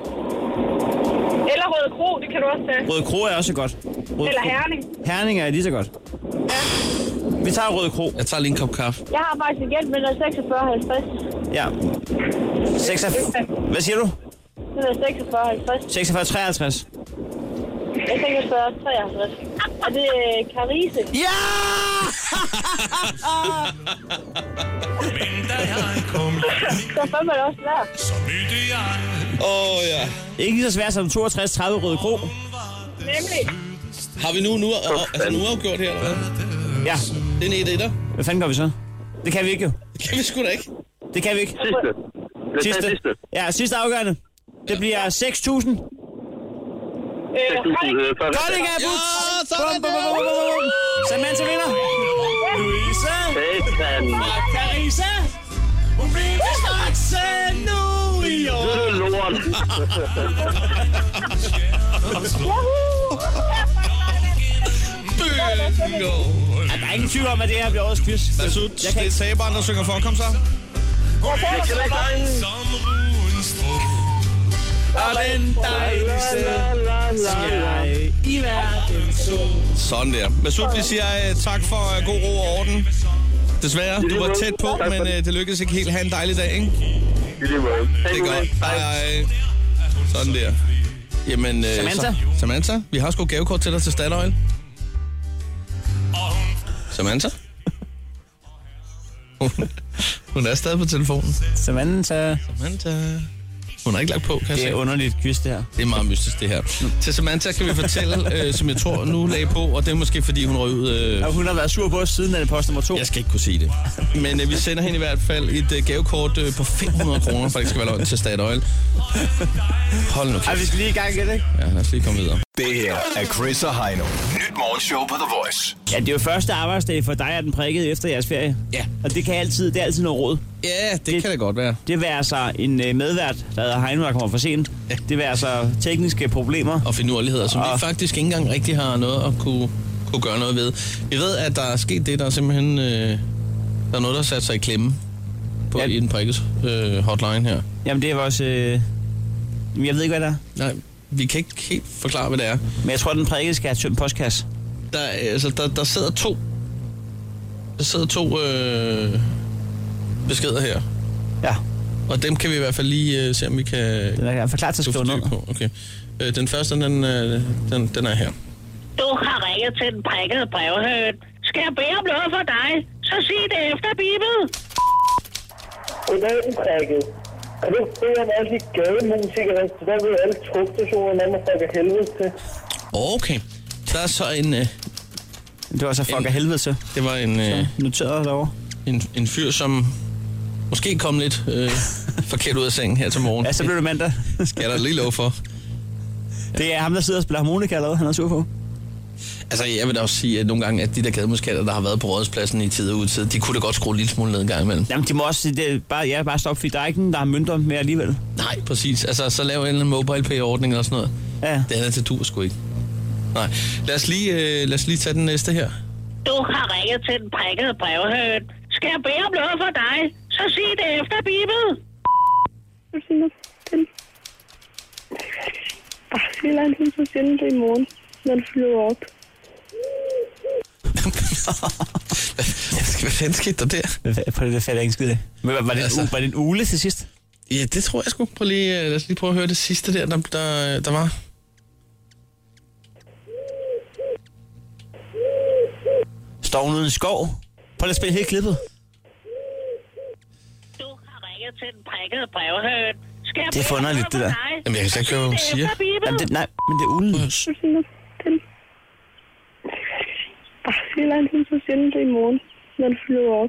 Eller Røde Kro, det kan du også tage. Røde Kro er også godt. Eller Herning. Herning er lige så godt. Ja. Vi tager Røde Kro. Jeg tager lige en kop kaffe. Jeg har faktisk en gæld med 46-50. Ja. 46. Hvad siger du? Det er 46-50. 46-53. Jeg tænker 46-53. Er det Carise? Ja! Så fandme det også svært. Ja. Ikke lige så svært som 62-30 Røde Kro. Nemlig. Har vi nu uafgjort her, eller hvad? Ja. Det er en 1-1'er. Hvad fanden gør vi så? Det kan vi ikke jo. Det kan vi sgu da ikke. Det kan vi ikke. Sidste. Ja, sidste afgørende. Det bliver 6.000. Godt, ikke er budt. Samantha vinder. Louise. Og Carissa. Hun bliver voksen nu i år. Det er lort. Der er ingen tvivl om, at det her bliver årets quiz. Masud, det er taberen, der synger for. Kom så. Og den dejligste skær i verden så. Sådan der. Masud, vi siger tak for god ro og orden. Desværre, du var tæt på, men det lykkedes ikke helt. Ha' en dejlig dag, ikke? Det er godt. Hej. Sådan der. Jamen, Samantha, vi har sgu gavekort til dig til Statoil. Samantha? Hun er stadig på telefonen. Samantha. Hun har ikke lagt på, kan jeg se. Det er underligt quiz, det her. Det er meget mystisk, det her. Til Samantha kan vi fortælle, som jeg tror nu lagde på, og det er måske fordi hun røg ud... Hun har været sur på os siden af post nummer 2. Jeg skal ikke kunne sige det. Men vi sender hende i hvert fald et gavekort på 500 kroner, for det skal være løgn til Statoil. Hold nu kæft. Vi skal lige i gang igen, ikke? Ja, lad os lige komme videre. Det her er Chris og Heino. Nyt morgenshow på The Voice. Ja, det er jo første arbejdsdag for dig, at den prikkede efter jeres ferie. Ja. Og det er altid noget råd. Ja, det kan det godt være. Det vil altså en medvært, der hedder Heino, der kommer for sent. Ja. Det vil altså tekniske problemer. Og finurligheder, som vi faktisk ikke engang rigtig har noget at kunne gøre noget ved. Vi ved, at der er sket det, der er simpelthen... der er noget, der sat sig i klemme i den prikkes hotline her. Jamen, det er vores... jeg ved ikke, hvad det er. Nej, vi kan ikke helt forklare, hvad det er. Men jeg tror, at den prikkes skal have tømt postkasse. Der sidder to... Der sidder to beskeder her. Ja. Og dem kan vi i hvert fald lige se, om vi kan... Den er forklaret til at skrive ned. Okay. Den første, den er her. Du har ringet til den prikkede brevhøn. Skal jeg bede om noget for dig, så sig det efter, Bibel. Goddag, den prikkede. Kan du bede om alle de gademusikere, så der vil alle togstationer, man fucker helvede til? Okay. Der er så en... det var så fucker helvede til. Det var en... noteret derovre. En fyr, som måske kom lidt forkert ud af sengen her til morgen. Ja, så blev det mandag. Skal jeg da lige love for. Det er ham, der sidder og spiller harmonika allerede, han er sur på. Altså, jeg vil da også sige, at nogle gange, at de der gademusikere, der har været på Rådhuspladsen i tid og udtid, de kunne da godt skrue en lille smule ned en gang imellem. Jamen, de må også sige, det er bare stoppe, fordi der er ikke nogen, der har mønter med alligevel. Nej, præcis. Altså, så lav en eller anden mobile pay-ordning eller sådan noget. Ja. Det er til dur sgu ikke. Nej. Lad os lige tage den næste her. Du har ringet til den prikkede brevhøn. Skal jeg bede om noget for dig? Så sig det efter, Bibel. Eller han hilser sjældent det i morgen, når han flyver op. Hvad fanden skete der der? Det falder ikke en skid af. Var det en ule til sidst? Ja, det tror jeg sgu. Lad os lige prøve at høre det sidste der var. Står hun uden skov? Prøv lige at spille helt klippet. Du har ringet til den prikkede brevhøn. Det er forunderligt, det der. Jamen, jeg kan slet ikke høre, hvad hun siger. Jamen, nej, men det er ulen. Eller han hilser sjældent det i morgen, når han flyver op.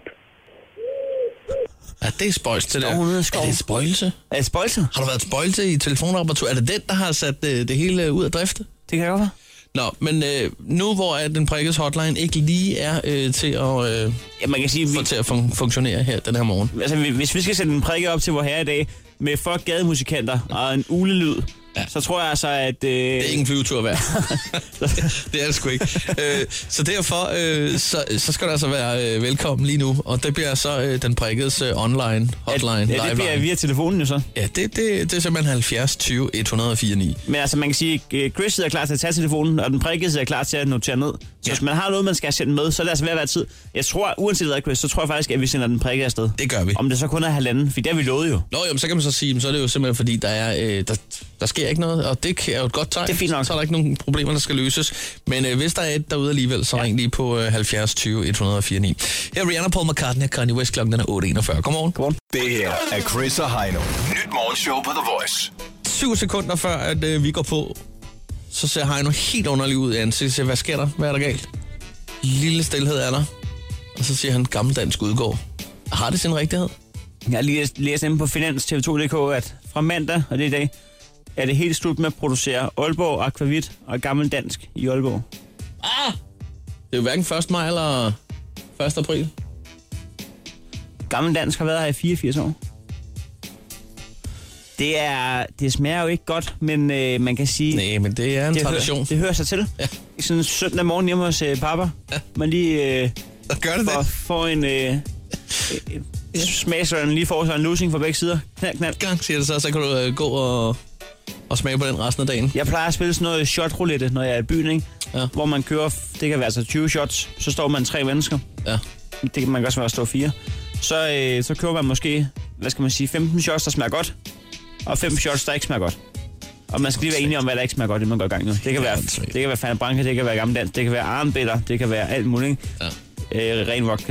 Ja, det er spøjs til det. Er det et spøjelse? Er det spøjelse? Har du været et spøjelse i telefonapparat? Er det den, der har sat det hele ud af drifte? Det kan godt være. Nå, men nu hvor den prikkes hotline ikke lige er til at, man kan sige, til at funktionere her den her morgen. Altså, hvis vi skal sætte en prikke op til vor herre i dag, med folk gademusikanter og en ulelyd, så tror jeg altså, at... Det er ikke en flyvetur værd. Det er det sgu ikke. Så derfor, så skal der altså være velkommen lige nu, og det bliver så den prikkedes online hotline. Ja, det bliver via telefonen jo så. Ja, det er simpelthen 70 20 104 9. Men altså, man kan sige, Chris sidder klar til at tage telefonen, og den prikkede sidder klar til at notere ned. Så hvis man har noget, man skal sende med, så er det altså ved at være tid. Jeg tror, uanset hvad, Chris, så tror jeg faktisk, at vi sender den prikke afsted. Det gør vi. Om det så kun er 1,5, for det har vi lovet jo. Nå, jamen, så kan man så sige, så er det jo simpelthen fordi, der er, der sker ikke noget, og det er jo et godt tegn. Det er fint nok. Så er der ikke nogen problemer, der skal løses. Men hvis der er et derude alligevel, så ring lige på 70 20 104 9. Her er Rihanna, Paul McCartney og Kanye West, klokken er 8:41. Godmorgen. Det her er Chris og Heino. Nyt morgenshow på The Voice. 7 sekunder før, at vi går på, så ser Heino helt underlig ud i ansigtet. Hvad sker der? Hvad er der galt? Lille stilhed er der. Og så siger han, gammeldansk udgår. Har det sin rigtighed? Jeg har lige læst inde på Finans TV2.dk, at fra mandag, og det er i dag, er det helt slut med at producere Aalborg Aquavit og gammeldansk i Aalborg. Det er jo hverken 1. maj eller 1. april. Gammeldansk har været her i 84 år. Det smager jo ikke godt, men man kan sige... Nej, men det er en tradition. Det hører sig til. Ja. Sådan en søndag morgen hjemme hos pappa. Ja. Man lige får en smagsøjne, lige får sig en losing fra begge sider. Knald. Gang, siger det så kan du gå og smage på den resten af dagen. Jeg plejer at spille sådan noget shot-roulette, når jeg er i byen, ikke? Ja. Hvor man kører, det kan være altså 20 shots, så står man 3 mennesker. Ja. Det kan man også være at stå 4. Så kører man måske, 15 shots, der smager godt, og 5 shots, der ikke smager godt. Og man skal lige være enige om, hvad der ikke smager godt, det man går i gang nu. Det kan være Fanta Branca, det kan være gammeldansk, det kan være armbitter, det kan være alt muligt, ikke? Ren vodka.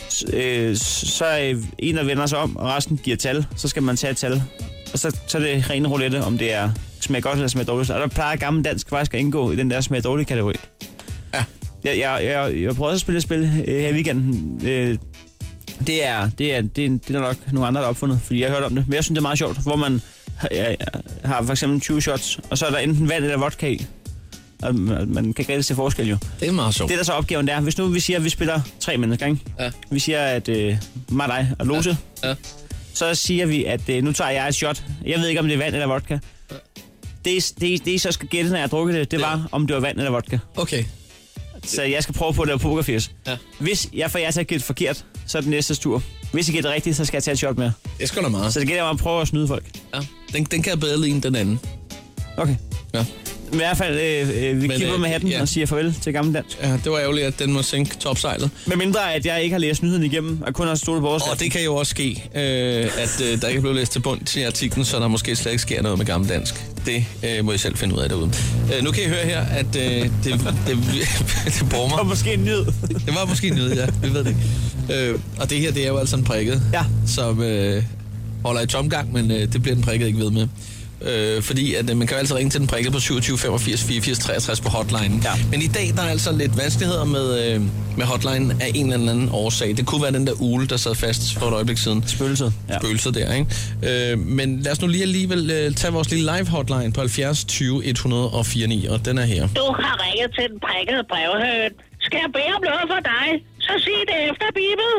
Så en der vender sig om, og resten giver tal, så skal man tage et tal. Og så er det rene roulette, om det er smager godt eller smager dårligt. Og der plejer gammeldansk faktisk at indgå i den der smager dårlig kategori. Ja. Jeg prøvede at spille et spil her i weekenden. Det er nok nogle andre, der har opfundet, fordi jeg har hørt om det. Men jeg synes, det er meget sjovt, hvor man har for eksempel 20 shots, og så er der enten vand eller vodka i. Og man kan gælde til forskel jo. Det er meget sjovt. Det der så opgaven der, hvis nu vi siger, at vi spiller 3 mennesker, ikke? Ja. Vi siger, at mig, dig og Lose. Ja. Så siger vi, at nu tager jeg et shot. Jeg ved ikke, om det er vand eller vodka. Det I så skal gætte, når jeg har drukket det, det var, om det var vand eller vodka. Okay. Så jeg skal prøve på at lave pokerfjes. Ja. Hvis jeg får jer til at gætte forkert, så er det næste tur. Hvis I gætter rigtigt, så skal jeg tage et shot mere. Det skal da meget. Så det gælder mig at prøve at snyde folk. Ja, den kan jeg bedre lide end den anden. Okay. Ja. I hvert fald, vi kigger med hatten og siger farvel til gammeldansk. Ja, det var ærgerligt, at den må sænke topsejlet. Med mindre, at jeg ikke har læst nyheden igennem, og kun har stået på vores. Og det kan jo også ske, at der ikke er blevet læst til bund til artiklen, så der måske slet ikke sker noget med gammeldansk. Det må I selv finde ud af derude. Nu kan I høre her, at det brummer. Det var måske en nyhed. Det var måske en nyhed, ja. Vi ved det ikke. Og det her, det er jo altså en prikket, som holder i tomgang, men det bliver den prikket ikke ved med. fordi at, man kan jo altid ringe til den prikkede på 27 85 84 63 på hotline. Ja. Men i dag, der er altså lidt vanskeligheder med hotline af en eller anden årsag. Det kunne være den der ugle, der sad fast for et øjeblik siden. Spøgelset. Ja. Spøgelset der, ikke? Men lad os nu lige alligevel tage vores lille live hotline på 70 20 104 9, og den er her. Du har ringet til den prikkede brevhøn. Skal jeg bede om noget for dig? Så sig det efter, Bibel.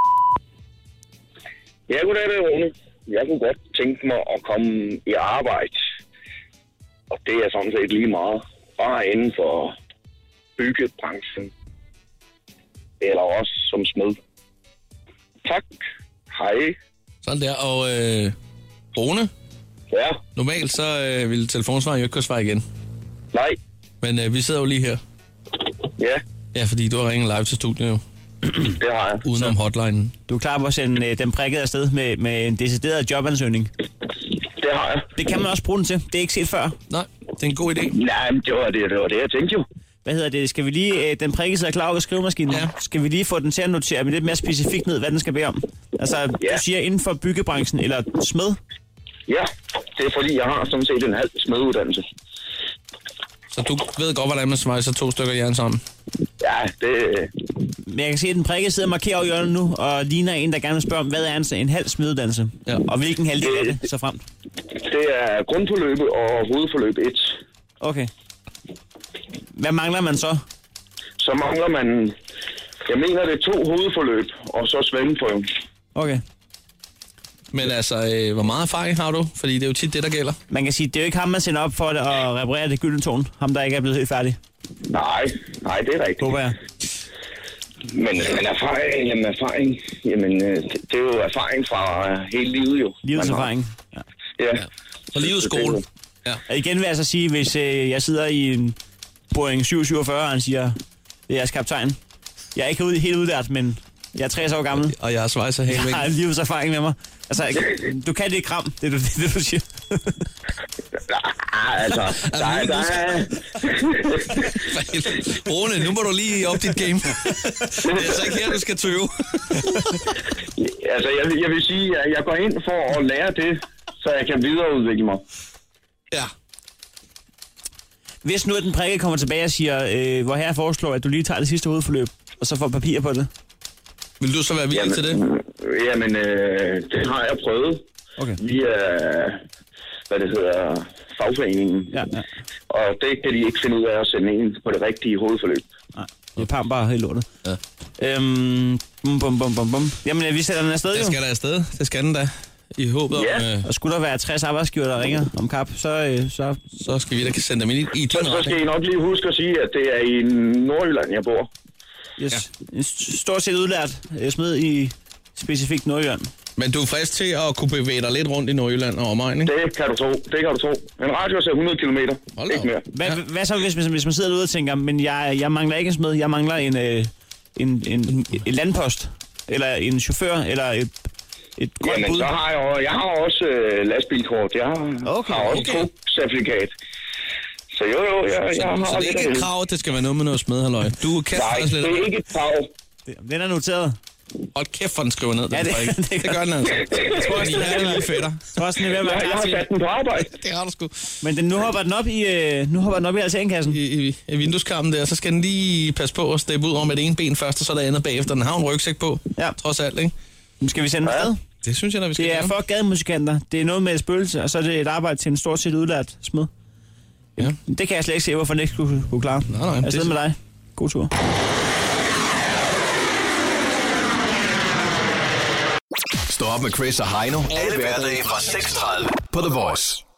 Ja, goddag, det er Rune. Jeg kunne godt tænke mig at komme i arbejde. Og det er sådan set lige meget. Bare inden for byggebranchen. Eller også som smed. Tak. Hej. Sådan der, og Rune? Ja? Normalt så ville telefonsvaren jo ikke kunne svare igen. Nej. Men vi sidder jo lige her. Ja. Ja, fordi du har ringet live til studiet jo. Det har jeg. Udenom hotlinen. Du er klar på at sende den prikkede afsted med en decideret jobansøgning? Det har jeg. Det kan man også bruge den til. Det er ikke set før. Nej, det er en god idé. Nej, men det var det, jeg tænkte jo. Hvad hedder det? Skal vi lige... Den prikkede sidder klar over skrivemaskinen. Ja. Skal vi lige få den til at notere med lidt mere specifikt ned, hvad den skal bede om? Altså, ja. Du siger inden for byggebranchen eller smed? Ja, det er fordi, jeg har sådan set en halv smeduddannelse. Så du ved godt, hvordan man svejser 2 stykker jern sammen? Ja, det... Men jeg kan se, at den prikke sidder og markerer over hjørnet nu, og ligner en, der gerne vil spørge om, hvad er en halv smeduddannelse? Ja. Og hvilken halvdel er det, så fremt? Det er grundforløbet og hovedforløb 1. Okay. Hvad mangler man så? Så mangler man... Jeg mener, det er 2 hovedforløb, og så svømmeprøven. Okay. Men altså, hvor meget erfaring har du? Fordi det er jo tit det, der gælder. Man kan sige, det er jo ikke ham, man sender op for at reparere det gyldne tårn. Ham, der ikke er blevet helt færdig. Nej, det er rigtigt. Håber jeg. Men erfaring, jamen, det er jo erfaring fra hele livet jo. Livets erfaring. Ja. Fra livets skole. Ja. Og igen vil jeg så sige, hvis jeg sidder i en Boeing 747, og han siger, det er jeres kaptajn. Jeg er ikke helt udlært, men jeg er 60 år gammel. Og jeg er svejser helt væk. Jeg har livets erfaring med mig. Altså, du kan det kram, det du siger. Altså, der er... Rune, nu må du lige op dit game. Det er altså ikke her, du skal tøve. Altså, jeg vil sige, at jeg går ind for at lære det, så jeg kan videreudvikle mig. Ja. Hvis nu at den prikke kommer tilbage og siger, hvor her foreslår, at du lige tager det sidste hovedforløb, og så får papir på det. Vil du så være villig til det? Jamen, det har jeg prøvet. Okay. Via, hvad det hedder, fagforeningen. Ja. Og det kan de ikke finde ud af at sende en på det rigtige hovedforløb. Nej, det er bare helt lortet. Ja. Jamen, vi sætter den afsted jo. Det skal der afsted. Det skal den da. I håbet om... Og skulle der være 60 arbejdsgiver, der ringer om kap, så skal vi da sende dem ind i så skal I nok lige huske at sige, at det er i Nordjylland, jeg bor. Yes. Ja. Stort set udlært smed i specifikt Nordjylland. Men du er frisk til at kunne bevæge dig lidt rundt i Nordjylland og omegn, ikke? Det kan du tro. En radius er 100 kilometer. Ikke mere. Hvad så, hvis man sidder derude og tænker, men jeg mangler ikke en smed, jeg mangler en landpost, eller en chauffør, eller et grønt bud? Så har jeg har også lastbilkort. Jeg har også togcertifikat. Så jo, jeg har... Så det er ikke et krav, at det skal være noget med noget smed, halløj? Du kan faktisk lidt... Nej, det er ikke et krav. Den er noteret. Hold kæft, for den skriver ned. Ja, det gør den altså. Jeg tror, at I er lille fætter. Jeg har sat den på arbejde. Det har du sgu. Men nu hopper den op i altankassen. I vindueskarmen der, så skal den lige passe på at steppe ud over med det ene ben først, og så det andet bagefter. Den har en rygsæk på. Ja. Trods alt, ikke? Nu skal vi sende den afsted. Det synes jeg, da vi skal. Det er for gademusikanter. Det er noget med et spøgelse, og så er det et arbejde til en stort set udlært smed. Ja. Det kan jeg slet ikke se, hvorfor den ikke kunne klare. Nej. Jeg sidder med dig. God tur. Stå op med Chris og Heino. Alle hverdage fra 6:30 på The Voice.